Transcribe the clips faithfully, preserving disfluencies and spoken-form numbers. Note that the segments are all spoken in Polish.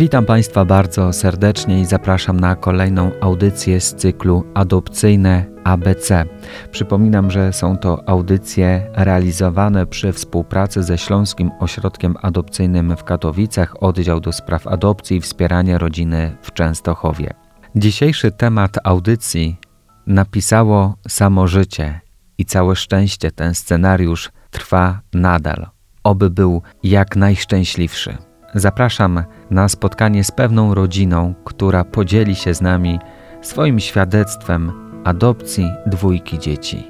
Witam Państwa bardzo serdecznie i zapraszam na kolejną audycję z cyklu Adopcyjne A B C. Przypominam, że są to audycje realizowane przy współpracy ze Śląskim Ośrodkiem Adopcyjnym w Katowicach, Oddział do Spraw Adopcji i Wspierania Rodziny w Częstochowie. Dzisiejszy temat audycji napisało samo życie i całe szczęście ten scenariusz trwa nadal. Oby był jak najszczęśliwszy. Zapraszam na spotkanie z pewną rodziną, która podzieli się z nami swoim świadectwem adopcji dwójki dzieci.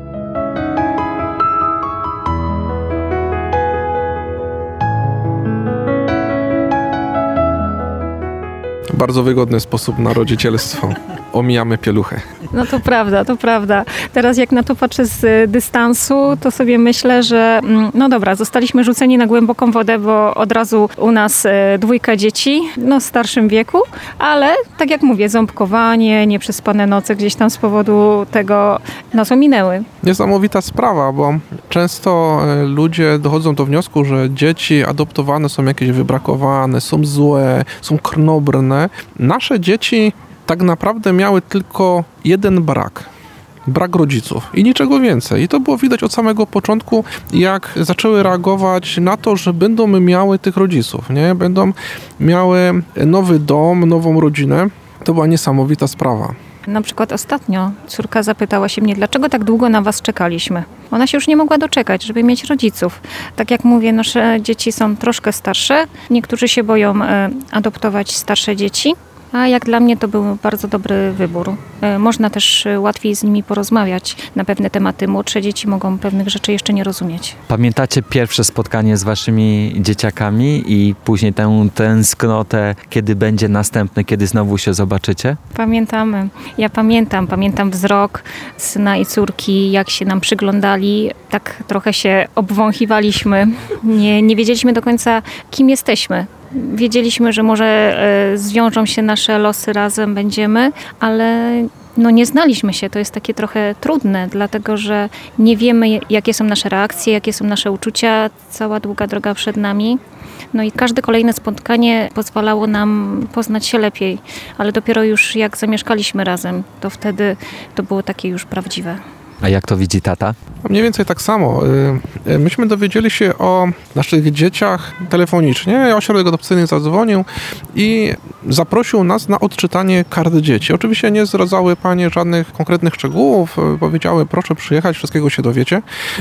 Bardzo wygodny sposób na rodzicielstwo. Omijamy pieluchę. No to prawda, to prawda. Teraz jak na to patrzę z dystansu, to sobie myślę, że no dobra, zostaliśmy rzuceni na głęboką wodę, bo od razu u nas dwójka dzieci, no w starszym wieku, ale tak jak mówię, ząbkowanie, nieprzespane noce gdzieś tam z powodu tego nas ominęły. Niesamowita sprawa, bo często ludzie dochodzą do wniosku, że dzieci adoptowane są jakieś wybrakowane, są złe, są krnobrne. Nasze dzieci tak naprawdę miały tylko jeden brak. Brak rodziców i niczego więcej. I to było widać od samego początku, jak zaczęły reagować na to, że będą miały tych rodziców, nie? Będą miały nowy dom, nową rodzinę. To była niesamowita sprawa. Na przykład ostatnio córka zapytała się mnie, dlaczego tak długo na was czekaliśmy. Ona się już nie mogła doczekać, żeby mieć rodziców. Tak jak mówię, nasze dzieci są troszkę starsze. Niektórzy się boją e, adoptować starsze dzieci. A jak dla mnie to był bardzo dobry wybór. Można też łatwiej z nimi porozmawiać na pewne tematy. Młodsze dzieci mogą pewnych rzeczy jeszcze nie rozumieć. Pamiętacie pierwsze spotkanie z waszymi dzieciakami i później tę tęsknotę, kiedy będzie następne, kiedy znowu się zobaczycie? Pamiętamy. Ja pamiętam. Pamiętam wzrok syna i córki, jak się nam przyglądali. Tak trochę się obwąchiwaliśmy. Nie, nie wiedzieliśmy do końca, kim jesteśmy. Wiedzieliśmy, że może e, zwiążą się nasze losy, razem będziemy, ale no nie znaliśmy się. To jest takie trochę trudne, dlatego że nie wiemy, jakie są nasze reakcje, jakie są nasze uczucia. Cała długa droga przed nami. No i każde kolejne spotkanie pozwalało nam poznać się lepiej, ale dopiero już jak zamieszkaliśmy razem, to wtedy to było takie już prawdziwe. A jak to widzi tata? Mniej więcej tak samo. Myśmy dowiedzieli się o naszych dzieciach telefonicznie. Ośrodek adopcyjny zadzwonił i zaprosił nas na odczytanie kart dzieci. Oczywiście nie zdradzały panie żadnych konkretnych szczegółów. Powiedziały, proszę przyjechać, wszystkiego się dowiecie.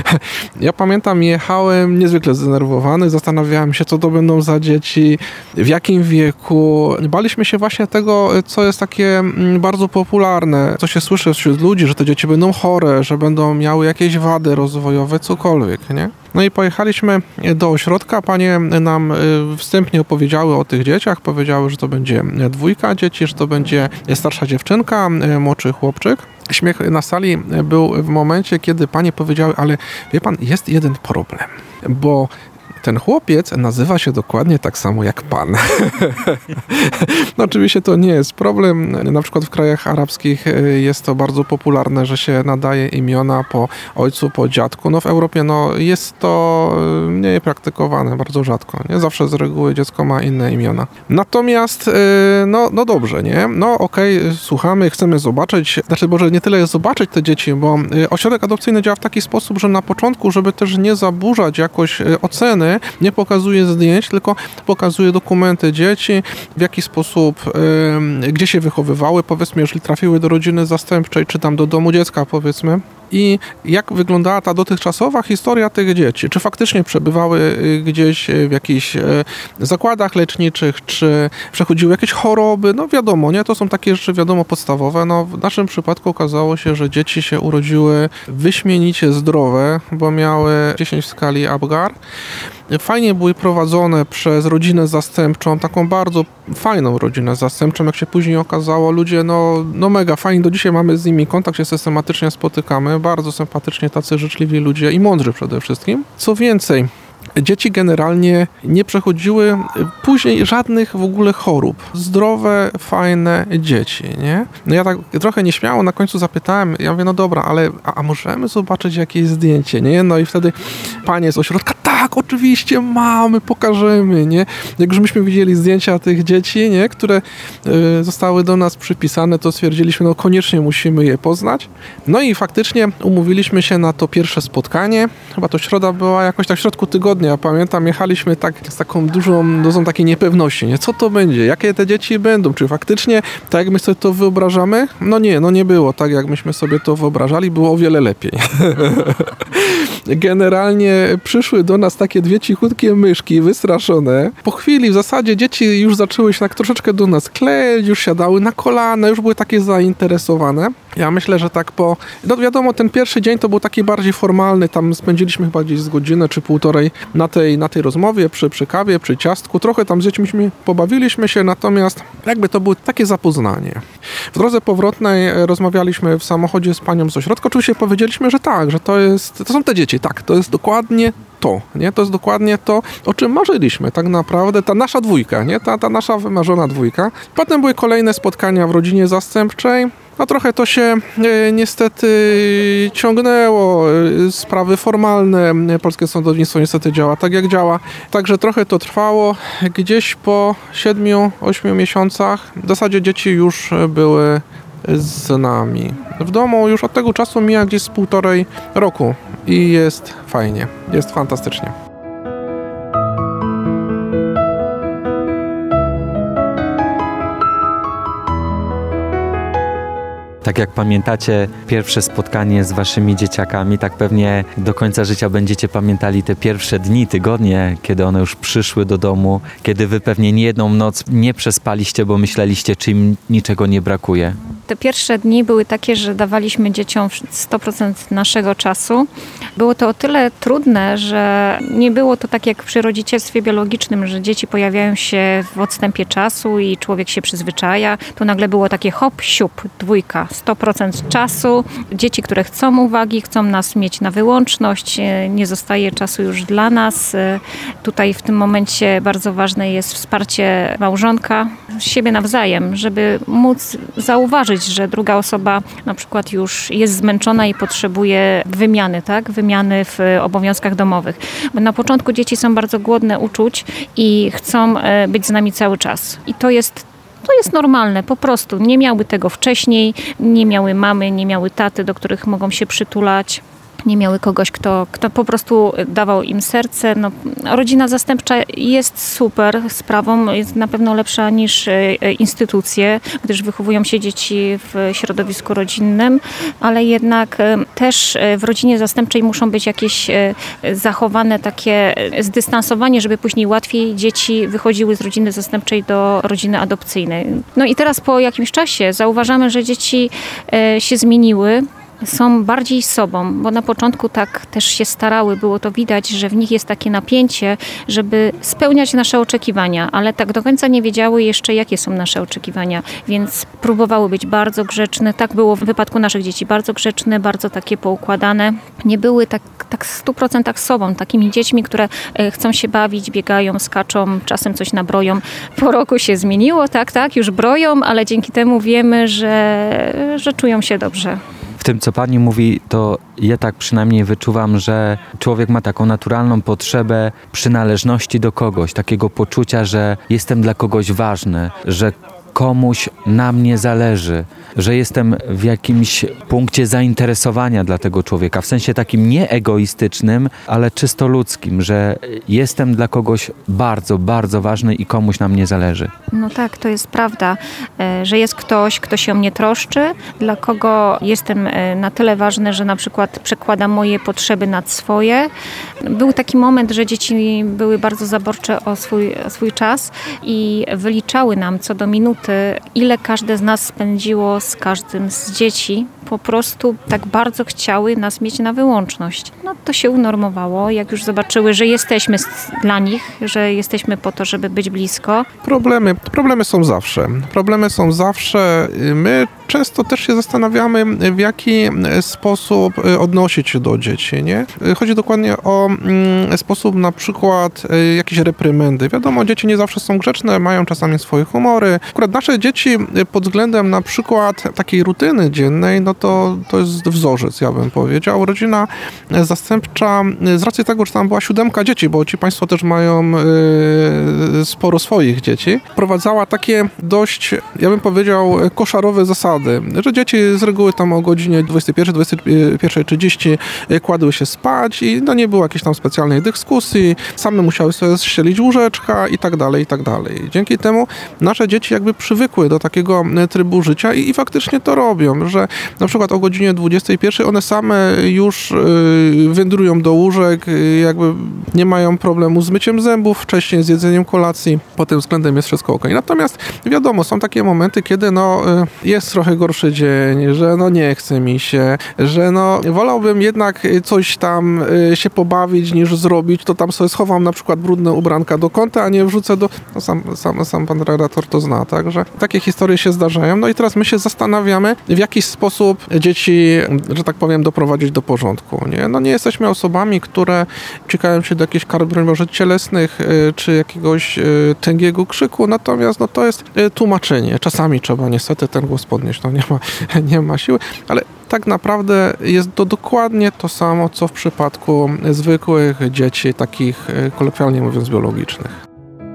Ja pamiętam, jechałem niezwykle zdenerwowany. Zastanawiałem się, co to będą za dzieci, w jakim wieku. Baliśmy się właśnie tego, co jest takie bardzo popularne, co się słyszy wśród ludzi, że te dzieci będą chore, że będą miały jakieś wady rozwojowe, cokolwiek, nie? No i pojechaliśmy do ośrodka, panie nam wstępnie opowiedziały o tych dzieciach, powiedziały, że to będzie dwójka dzieci, że to będzie starsza dziewczynka, młodszy chłopczyk. Śmiech na sali był w momencie, kiedy panie powiedziały, ale wie pan, jest jeden problem, bo ten chłopiec nazywa się dokładnie tak samo jak pan. No oczywiście to nie jest problem. Na przykład w krajach arabskich jest to bardzo popularne, że się nadaje imiona po ojcu, po dziadku. No w Europie no, jest to mniej praktykowane, bardzo rzadko. Nie? Zawsze z reguły dziecko ma inne imiona. Natomiast no, no dobrze, nie? No okej, okay, słuchamy, chcemy zobaczyć. Znaczy może nie tyle zobaczyć te dzieci, bo ośrodek adopcyjny działa w taki sposób, że na początku, żeby też nie zaburzać jakoś oceny, nie pokazuje zdjęć, tylko pokazuje dokumenty dzieci, w jaki sposób, y, gdzie się wychowywały, powiedzmy, jeżeli trafiły do rodziny zastępczej, czy tam do domu dziecka, powiedzmy. I jak wyglądała ta dotychczasowa historia tych dzieci? Czy faktycznie przebywały gdzieś w jakichś zakładach leczniczych, czy przechodziły jakieś choroby? No wiadomo, nie? To są takie rzeczy, wiadomo, podstawowe. No w naszym przypadku okazało się, że dzieci się urodziły wyśmienicie zdrowe, bo miały dziesięć w skali Apgar. Fajnie były prowadzone przez rodzinę zastępczą, taką bardzo fajną rodzinę zastępczą, jak się później okazało. Ludzie, no, no mega fajni, do dzisiaj mamy z nimi kontakt, się systematycznie spotykamy. Bardzo sympatycznie, tacy życzliwi ludzie i mądrzy przede wszystkim. Co więcej, dzieci generalnie nie przechodziły później żadnych w ogóle chorób. Zdrowe, fajne dzieci, nie? No ja tak trochę nieśmiało na końcu zapytałem, ja mówię, no dobra, ale a, a możemy zobaczyć jakieś zdjęcie, nie? No i wtedy panie z ośrodka, tak, oczywiście mamy, pokażemy, nie? Jak już myśmy widzieli zdjęcia tych dzieci, nie? Które y, zostały do nas przypisane, to stwierdziliśmy, no koniecznie musimy je poznać. No i faktycznie umówiliśmy się na to pierwsze spotkanie. Chyba to środa była jakoś tak w środku tygodnia. Ja pamiętam, jechaliśmy tak z taką dużą dozą takiej niepewności, nie? Co to będzie? Jakie te dzieci będą? Czy faktycznie tak jak my sobie to wyobrażamy? No nie, no nie było tak jak myśmy sobie to wyobrażali. Było o wiele lepiej. Generalnie przyszły do nas takie dwie cichutkie myszki wystraszone. Po chwili w zasadzie dzieci już zaczęły się tak troszeczkę do nas kleić, już siadały na kolana, już były takie zainteresowane. Ja myślę, że tak po... No wiadomo, ten pierwszy dzień to był taki bardziej formalny, tam spędziliśmy chyba gdzieś z godzinę czy półtorej na tej, na tej rozmowie, przy, przy kawie, przy ciastku. Trochę tam z dziećmi pobawiliśmy się, natomiast jakby to było takie zapoznanie. W drodze powrotnej rozmawialiśmy w samochodzie z panią z ośrodka. Oczywiście powiedzieliśmy, że tak, że to jest... To są te dzieci, tak, to jest dokładnie to, nie? To jest dokładnie to, o czym marzyliśmy tak naprawdę, ta nasza dwójka, nie? Ta, ta nasza wymarzona dwójka. Potem były kolejne spotkania w rodzinie zastępczej. No trochę to się e, niestety ciągnęło, e, sprawy formalne, polskie sądownictwo niestety działa tak jak działa, także trochę to trwało. Gdzieś po siedmiu, ośmiu miesiącach w zasadzie dzieci już były z nami. W domu już od tego czasu mija gdzieś z półtorej roku i jest fajnie, jest fantastycznie. Tak jak pamiętacie pierwsze spotkanie z waszymi dzieciakami, tak pewnie do końca życia będziecie pamiętali te pierwsze dni, tygodnie, kiedy one już przyszły do domu, kiedy wy pewnie nie jedną noc nie przespaliście, bo myśleliście, czy im niczego nie brakuje. Te pierwsze dni były takie, że dawaliśmy dzieciom sto procent naszego czasu. Było to o tyle trudne, że nie było to tak jak przy rodzicielstwie biologicznym, że dzieci pojawiają się w odstępie czasu i człowiek się przyzwyczaja. To nagle było takie hop, siup, dwójka, sto procent czasu. Dzieci, które chcą uwagi, chcą nas mieć na wyłączność, nie zostaje czasu już dla nas. Tutaj w tym momencie bardzo ważne jest wsparcie małżonka, siebie nawzajem, żeby móc zauważyć, że druga osoba na przykład już jest zmęczona i potrzebuje wymiany, tak? Wymiany w obowiązkach domowych. Bo na początku dzieci są bardzo głodne uczuć i chcą być z nami cały czas. I to jest To jest normalne, po prostu. Nie miały tego wcześniej, nie miały mamy, nie miały taty, do których mogą się przytulać. Nie miały kogoś, kto, kto po prostu dawał im serce. No, rodzina zastępcza jest super sprawą, jest na pewno lepsza niż instytucje, gdyż wychowują się dzieci w środowisku rodzinnym, ale jednak też w rodzinie zastępczej muszą być jakieś zachowane takie zdystansowanie, żeby później łatwiej dzieci wychodziły z rodziny zastępczej do rodziny adopcyjnej. No i teraz po jakimś czasie zauważamy, że dzieci się zmieniły. Są bardziej sobą, bo na początku tak też się starały, było to widać, że w nich jest takie napięcie, żeby spełniać nasze oczekiwania, ale tak do końca nie wiedziały jeszcze, jakie są nasze oczekiwania, więc próbowały być bardzo grzeczne. Tak było w wypadku naszych dzieci, bardzo grzeczne, bardzo takie poukładane. Nie były tak, tak w stu procentach sobą, takimi dziećmi, które chcą się bawić, biegają, skaczą, czasem coś nabroją. Po roku się zmieniło, tak, tak, już broją, ale dzięki temu wiemy, że, że czują się dobrze. W tym, co pani mówi, to ja tak przynajmniej wyczuwam, że człowiek ma taką naturalną potrzebę przynależności do kogoś, takiego poczucia, że jestem dla kogoś ważny, że komuś na mnie zależy, że jestem w jakimś punkcie zainteresowania dla tego człowieka, w sensie takim nie egoistycznym, ale czysto ludzkim, że jestem dla kogoś bardzo, bardzo ważny i komuś na mnie zależy. No tak, to jest prawda, że jest ktoś, kto się o mnie troszczy, dla kogo jestem na tyle ważny, że na przykład przekładam moje potrzeby nad swoje. Był taki moment, że dzieci były bardzo zaborcze o swój, o swój czas i wyliczały nam co do minuty, ile każde z nas spędziło z każdym z dzieci. Po prostu tak bardzo chciały nas mieć na wyłączność. No to się unormowało, jak już zobaczyły, że jesteśmy dla nich, że jesteśmy po to, żeby być blisko. Problemy, problemy są zawsze. Problemy są zawsze. My często też się zastanawiamy, w jaki sposób odnosić się do dzieci, nie? Chodzi dokładnie o mm, sposób na przykład y, jakieś reprymendy. Wiadomo, dzieci nie zawsze są grzeczne, mają czasami swoje humory. Akurat nasze dzieci pod względem na przykład takiej rutyny dziennej, no to, to jest wzorzec, ja bym powiedział. Rodzina zastępcza, z racji tego, że tam była siódemka dzieci, bo ci państwo też mają y, sporo swoich dzieci, wprowadzała takie dość, ja bym powiedział, koszarowe zasady, że dzieci z reguły tam o godzinie dwudziestej pierwszej, dwudziestej pierwszej trzydzieści kładły się spać i no nie było jakiejś tam specjalnej dyskusji, same musiały sobie ścielić łóżeczka i tak dalej, i tak dalej. Dzięki temu nasze dzieci jakby przywykły do takiego trybu życia i, i faktycznie to robią, że na przykład o godzinie dwudziestej pierwszej one same już y, wędrują do łóżek, y, jakby nie mają problemu z myciem zębów, wcześniej z jedzeniem kolacji, pod tym względem jest wszystko okej. Natomiast wiadomo, są takie momenty, kiedy no y, jest trochę gorszy dzień, że no nie chce mi się, że no wolałbym jednak coś tam y, się pobawić niż zrobić, to tam sobie schowam na przykład brudne ubranka do kąta, a nie wrzucę do... No sam, sam, sam pan redaktor to zna, także takie historie się zdarzają. No i teraz my się zastanawiamy, w jaki sposób dzieci, że tak powiem, doprowadzić do porządku, nie? No nie jesteśmy osobami, które uciekają się do jakichś kar, broń Boże, cielesnych, y, czy jakiegoś y, tęgiego krzyku, natomiast no to jest y, tłumaczenie. Czasami trzeba niestety ten głos podnieść, no nie ma, nie ma siły, ale tak naprawdę jest to dokładnie to samo, co w przypadku zwykłych dzieci, takich kolokwialnie mówiąc biologicznych.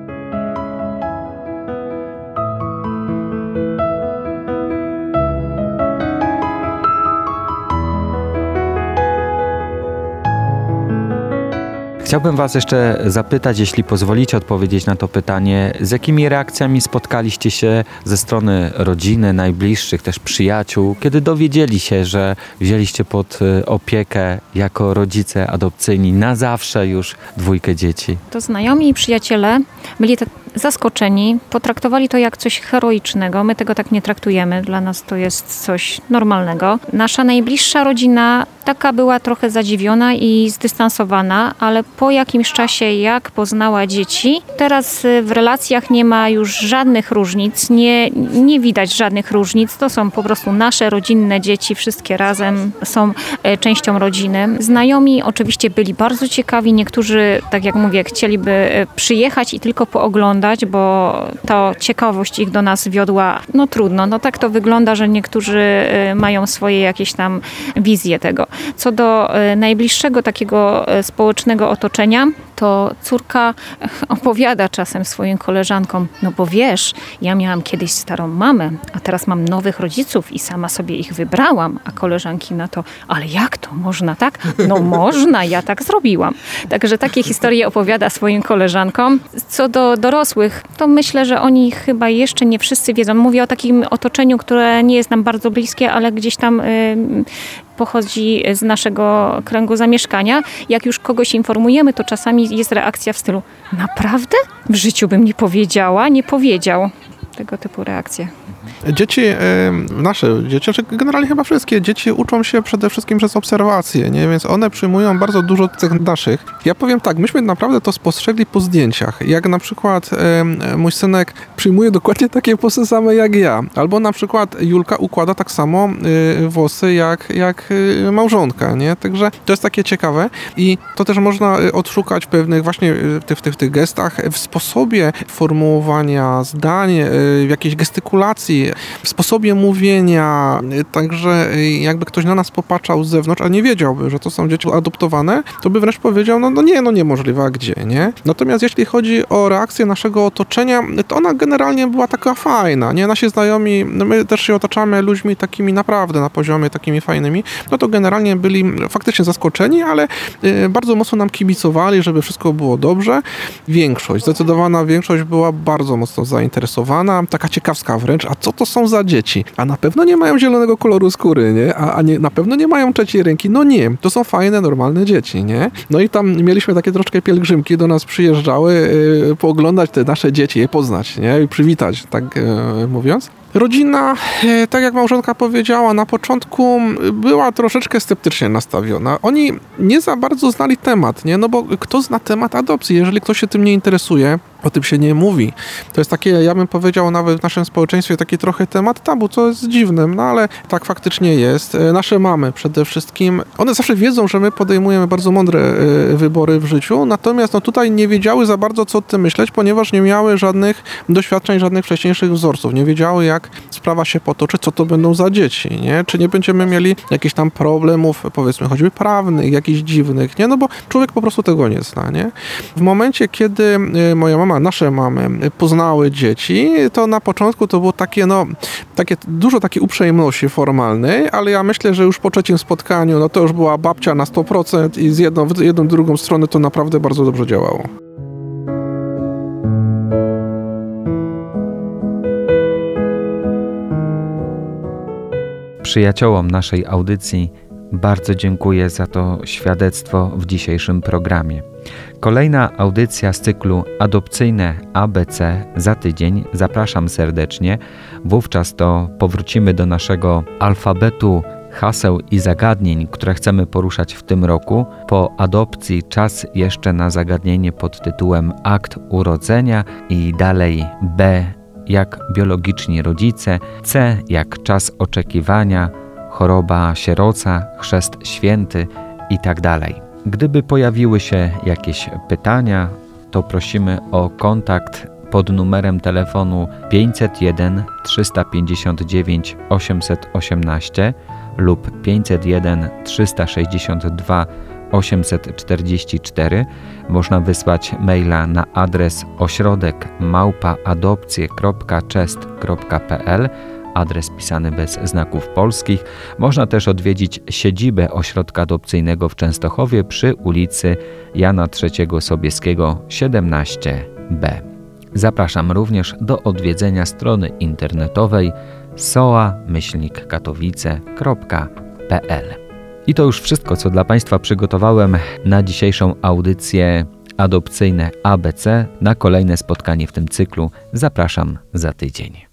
Chciałbym Was jeszcze zapytać, jeśli pozwolicie odpowiedzieć na to pytanie, z jakimi reakcjami spotkaliście się ze strony rodziny, najbliższych, też przyjaciół, kiedy dowiedzieli się, że wzięliście pod opiekę jako rodzice adopcyjni na zawsze już dwójkę dzieci? To znajomi i przyjaciele byli tak zaskoczeni, potraktowali to jak coś heroicznego. My tego tak nie traktujemy, dla nas to jest coś normalnego. Nasza najbliższa rodzina taka była trochę zadziwiona i zdystansowana, ale po jakimś czasie, jak poznała dzieci, teraz w relacjach nie ma już żadnych różnic, nie, nie widać żadnych różnic. To są po prostu nasze rodzinne dzieci, wszystkie razem są częścią rodziny. Znajomi oczywiście byli bardzo ciekawi, niektórzy, tak jak mówię, chcieliby przyjechać i tylko pooglądać, bo to ciekawość ich do nas wiodła. No trudno, no tak to wygląda, że niektórzy mają swoje jakieś tam wizje tego. Co do najbliższego takiego społecznego otoczenia, to córka opowiada czasem swoim koleżankom, no bo wiesz, ja miałam kiedyś starą mamę, a teraz mam nowych rodziców i sama sobie ich wybrałam, a koleżanki na to, ale jak to można tak? No można, ja tak zrobiłam. Także takie historie opowiada swoim koleżankom. Co do dorosłych, to myślę, że oni chyba jeszcze nie wszyscy wiedzą. Mówię o takim otoczeniu, które nie jest nam bardzo bliskie, ale gdzieś tam yy, pochodzi z naszego kręgu zamieszkania. Jak już kogoś informujemy, to czasami jest reakcja w stylu, naprawdę? W życiu bym nie powiedziała, nie powiedział. Tego typu reakcje. Dzieci, nasze dzieci, generalnie chyba wszystkie dzieci uczą się przede wszystkim przez obserwacje, nie? Więc one przyjmują bardzo dużo cech naszych. Ja powiem tak, myśmy naprawdę to spostrzegli po zdjęciach. Jak na przykład mój synek przyjmuje dokładnie takie posy same jak ja. Albo na przykład Julka układa tak samo włosy jak, jak małżonka, nie? Także to jest takie ciekawe i to też można odszukać pewnych właśnie w tych, w tych, w tych gestach, w sposobie formułowania zdań, w jakiejś gestykulacji, w sposobie mówienia, także jakby ktoś na nas popatrzał z zewnątrz, a nie wiedziałby, że to są dzieci adoptowane, to by wręcz powiedział, no, no nie, no niemożliwe, a gdzie, nie? Natomiast jeśli chodzi o reakcję naszego otoczenia, to ona generalnie była taka fajna, nie? Nasi znajomi, no my też się otaczamy ludźmi takimi naprawdę na poziomie takimi fajnymi, no to generalnie byli faktycznie zaskoczeni, ale bardzo mocno nam kibicowali, żeby wszystko było dobrze. Większość, zdecydowana większość była bardzo mocno zainteresowana, taka ciekawska wręcz, a co to są za dzieci? A na pewno nie mają zielonego koloru skóry, nie? A, a nie, na pewno nie mają trzeciej ręki. No nie, to są fajne, normalne dzieci, nie? No i tam mieliśmy takie troszkę pielgrzymki, do nas przyjeżdżały yy, pooglądać te nasze dzieci, je poznać, nie? I przywitać, tak yy, mówiąc. Rodzina, tak jak małżonka powiedziała, na początku była troszeczkę sceptycznie nastawiona. Oni nie za bardzo znali temat, nie? No bo kto zna temat adopcji? Jeżeli ktoś się tym nie interesuje, o tym się nie mówi. To jest takie, ja bym powiedział nawet w naszym społeczeństwie, taki trochę temat tabu, co jest dziwne, no ale tak faktycznie jest. Nasze mamy przede wszystkim, one zawsze wiedzą, że my podejmujemy bardzo mądre wybory w życiu, natomiast no tutaj nie wiedziały za bardzo, co o tym myśleć, ponieważ nie miały żadnych doświadczeń, żadnych wcześniejszych wzorców. Nie wiedziały, jak sprawa się potoczy, co to będą za dzieci, nie? Czy nie będziemy mieli jakichś tam problemów, powiedzmy, choćby prawnych, jakichś dziwnych, nie? No bo człowiek po prostu tego nie zna, nie? W momencie, kiedy moja mama, nasze mamy poznały dzieci, to na początku to było takie, no, takie, dużo takiej uprzejmości formalnej, ale ja myślę, że już po trzecim spotkaniu, no to już była babcia na sto procent i z jedną, w jedną, drugą stronę to naprawdę bardzo dobrze działało. Przyjaciołom naszej audycji bardzo dziękuję za to świadectwo w dzisiejszym programie. Kolejna audycja z cyklu Adopcyjne A B C za tydzień. Zapraszam serdecznie. Wówczas to powrócimy do naszego alfabetu haseł i zagadnień, które chcemy poruszać w tym roku. Po adopcji czas jeszcze na zagadnienie pod tytułem Akt urodzenia i dalej B jak biologiczni rodzice, C jak czas oczekiwania, choroba sieroca, chrzest święty i tak dalej. Gdyby pojawiły się jakieś pytania, to prosimy o kontakt pod numerem telefonu pięćset jeden trzysta pięćdziesiąt dziewięć osiemset osiemnaście lub pięćset jeden trzysta sześćdziesiąt dwa osiemset czterdzieści cztery. Można wysłać maila na adres ośrodek małpa adopcje kropka czest kropka p l, adres pisany bez znaków polskich. Można też odwiedzić siedzibę Ośrodka Adopcyjnego w Częstochowie przy ulicy Jana trzeciego Sobieskiego siedemnaście b. Zapraszam również do odwiedzenia strony internetowej soa myślnik katowice kropka p l. I to już wszystko, co dla Państwa przygotowałem na dzisiejszą audycję Adopcyjne A B C. Na kolejne spotkanie w tym cyklu zapraszam za tydzień.